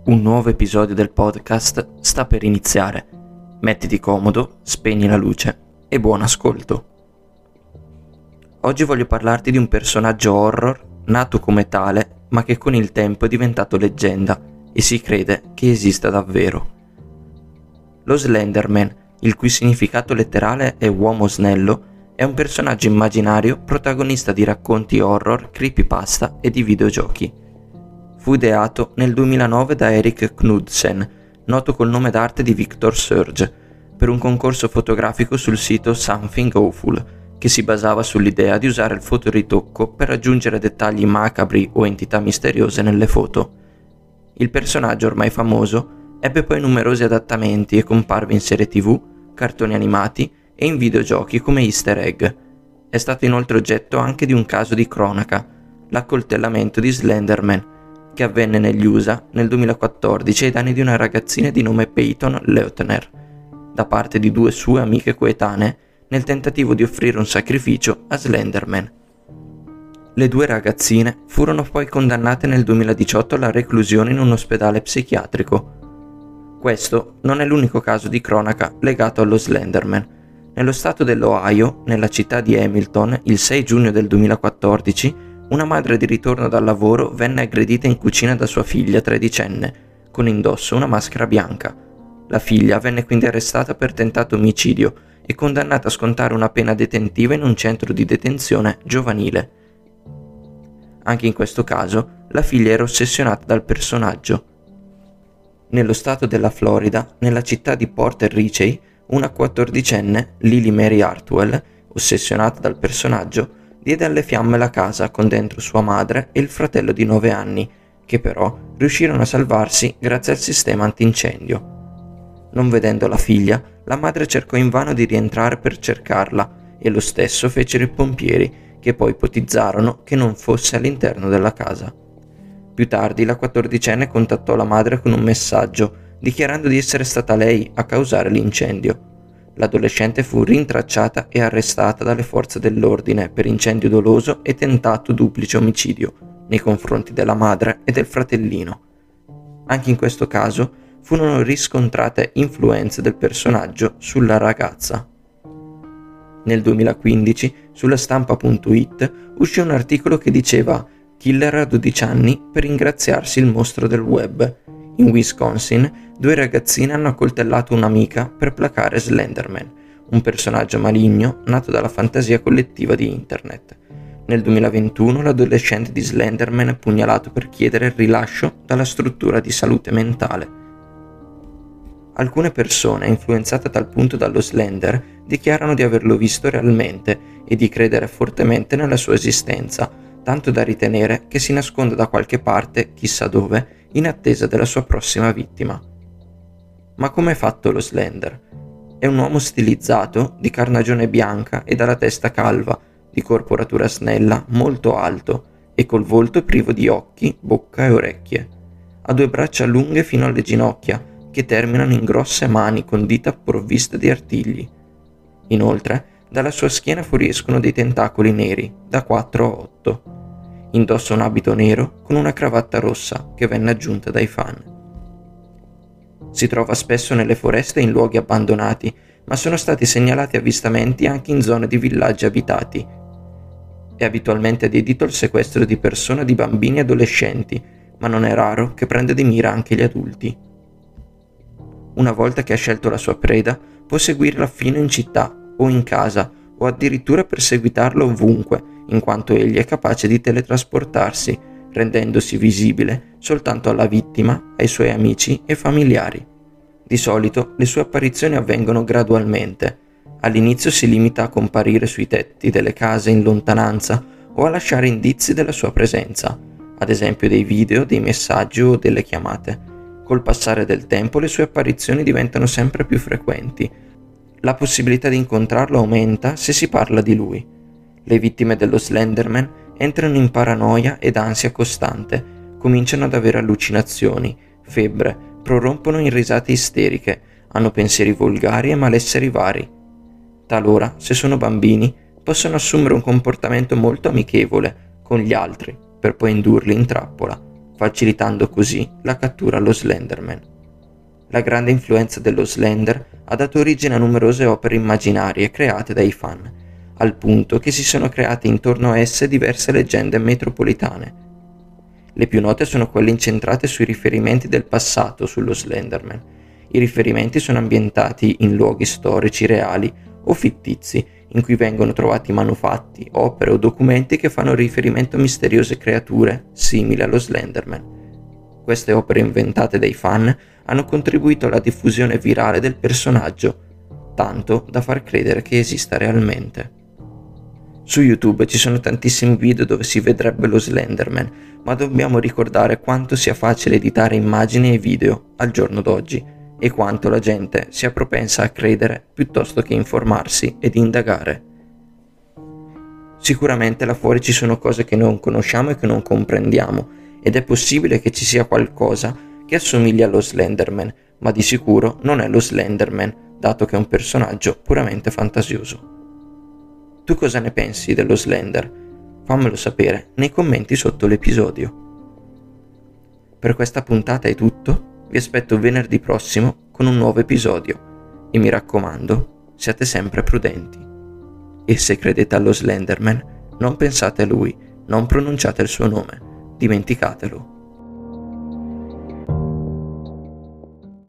Un nuovo episodio del podcast sta per iniziare. Mettiti comodo, spegni la luce e buon ascolto. Oggi voglio parlarti di un personaggio horror nato come tale, ma che con il tempo è diventato leggenda e si crede che esista davvero. Lo Slenderman, il cui significato letterale è uomo snello, è un personaggio immaginario protagonista di racconti horror, creepypasta e di videogiochi. Fu ideato nel 2009 da Erik Knudsen, noto col nome d'arte di Victor Surge, per un concorso fotografico sul sito Something Awful, che si basava sull'idea di usare il fotoritocco per aggiungere dettagli macabri o entità misteriose nelle foto. Il personaggio ormai famoso ebbe poi numerosi adattamenti e comparve in serie TV, cartoni animati e in videogiochi come Easter Egg. È stato inoltre oggetto anche di un caso di cronaca, l'accoltellamento di Slenderman, che avvenne negli USA nel 2014 ai danni di una ragazzina di nome Peyton Leutner, da parte di due sue amiche coetanee, nel tentativo di offrire un sacrificio a Slenderman. Le due ragazzine furono poi condannate nel 2018 alla reclusione in un ospedale psichiatrico. Questo non è l'unico caso di cronaca legato allo Slenderman. Nello stato dell'Ohio, nella città di Hamilton, il 6 giugno del 2014, una madre di ritorno dal lavoro venne aggredita in cucina da sua figlia tredicenne, con indosso una maschera bianca. La figlia venne quindi arrestata per tentato omicidio e condannata a scontare una pena detentiva in un centro di detenzione giovanile. Anche in questo caso, la figlia era ossessionata dal personaggio. Nello stato della Florida, nella città di Port Richey, una 14enne, Lily Mary Hartwell, ossessionata dal personaggio, diede alle fiamme la casa con dentro sua madre e il fratello di 9 anni, che però riuscirono a salvarsi grazie al sistema antincendio. Non vedendo la figlia, la madre cercò invano di rientrare per cercarla e lo stesso fecero i pompieri, che poi ipotizzarono che non fosse all'interno della casa. Più tardi la 14enne contattò la madre con un messaggio, dichiarando di essere stata lei a causare l'incendio. L'adolescente fu rintracciata e arrestata dalle forze dell'ordine per incendio doloso e tentato duplice omicidio nei confronti della madre e del fratellino. Anche in questo caso furono riscontrate influenze del personaggio sulla ragazza. Nel 2015 sulla stampa.it uscì un articolo che diceva «Killer a 12 anni per ringraziarsi il mostro del web». In Wisconsin, 2 ragazzine hanno accoltellato un'amica per placare Slenderman, un personaggio maligno nato dalla fantasia collettiva di internet. Nel 2021 l'adolescente di Slenderman è pugnalato per chiedere il rilascio dalla struttura di salute mentale. Alcune persone, influenzate a tal punto dallo Slender, dichiarano di averlo visto realmente e di credere fortemente nella sua esistenza, tanto da ritenere che si nasconda da qualche parte, chissà dove, in attesa della sua prossima vittima. Ma come è fatto lo Slender? È un uomo stilizzato, di carnagione bianca e dalla testa calva, di corporatura snella, molto alto e col volto privo di occhi, bocca e orecchie. Ha 2 braccia lunghe fino alle ginocchia, che terminano in grosse mani con dita provviste di artigli. Inoltre, dalla sua schiena fuoriescono dei tentacoli neri, da 4 a 8. Indossa un abito nero con una cravatta rossa che venne aggiunta dai fan. Si trova spesso nelle foreste e in luoghi abbandonati, ma sono stati segnalati avvistamenti anche in zone di villaggi abitati. È abitualmente dedito al sequestro di persone o di bambini e adolescenti, ma non è raro che prenda di mira anche gli adulti. Una volta che ha scelto la sua preda, può seguirla fino in città o in casa, o addirittura perseguitarlo ovunque, in quanto egli è capace di teletrasportarsi, rendendosi visibile soltanto alla vittima, ai suoi amici e familiari. Di solito le sue apparizioni avvengono gradualmente. All'inizio si limita a comparire sui tetti delle case in lontananza o a lasciare indizi della sua presenza, ad esempio dei video, dei messaggi o delle chiamate. Col passare del tempo le sue apparizioni diventano sempre più frequenti. La possibilità di incontrarlo aumenta se si parla di lui. Le vittime dello Slenderman entrano in paranoia ed ansia costante, cominciano ad avere allucinazioni, febbre, prorompono in risate isteriche, hanno pensieri volgari e malesseri vari. Talora, se sono bambini, possono assumere un comportamento molto amichevole con gli altri, per poi indurli in trappola. facilitando così la cattura allo Slenderman. La grande influenza dello Slender ha dato origine a numerose opere immaginarie create dai fan, al punto che si sono create intorno a esse diverse leggende metropolitane. Le più note sono quelle incentrate sui riferimenti del passato sullo Slenderman. I riferimenti sono ambientati in luoghi storici reali o fittizi, in cui vengono trovati manufatti, opere o documenti che fanno riferimento a misteriose creature simili allo Slenderman. Queste opere inventate dai fan hanno contribuito alla diffusione virale del personaggio, tanto da far credere che esista realmente. Su YouTube ci sono tantissimi video dove si vedrebbe lo Slenderman, ma dobbiamo ricordare quanto sia facile editare immagini e video al giorno d'oggi e quanto la gente sia propensa a credere piuttosto che informarsi ed indagare. Sicuramente là fuori ci sono cose che non conosciamo e che non comprendiamo, ed è possibile che ci sia qualcosa che assomiglia allo Slenderman, ma di sicuro non è lo Slenderman, dato che è un personaggio puramente fantasioso. Tu cosa ne pensi dello Slender? Fammelo sapere nei commenti sotto l'episodio. Per questa puntata è tutto, vi aspetto venerdì prossimo con un nuovo episodio e mi raccomando, siate sempre prudenti. E se credete allo Slenderman, non pensate a lui, non pronunciate il suo nome, dimenticatelo.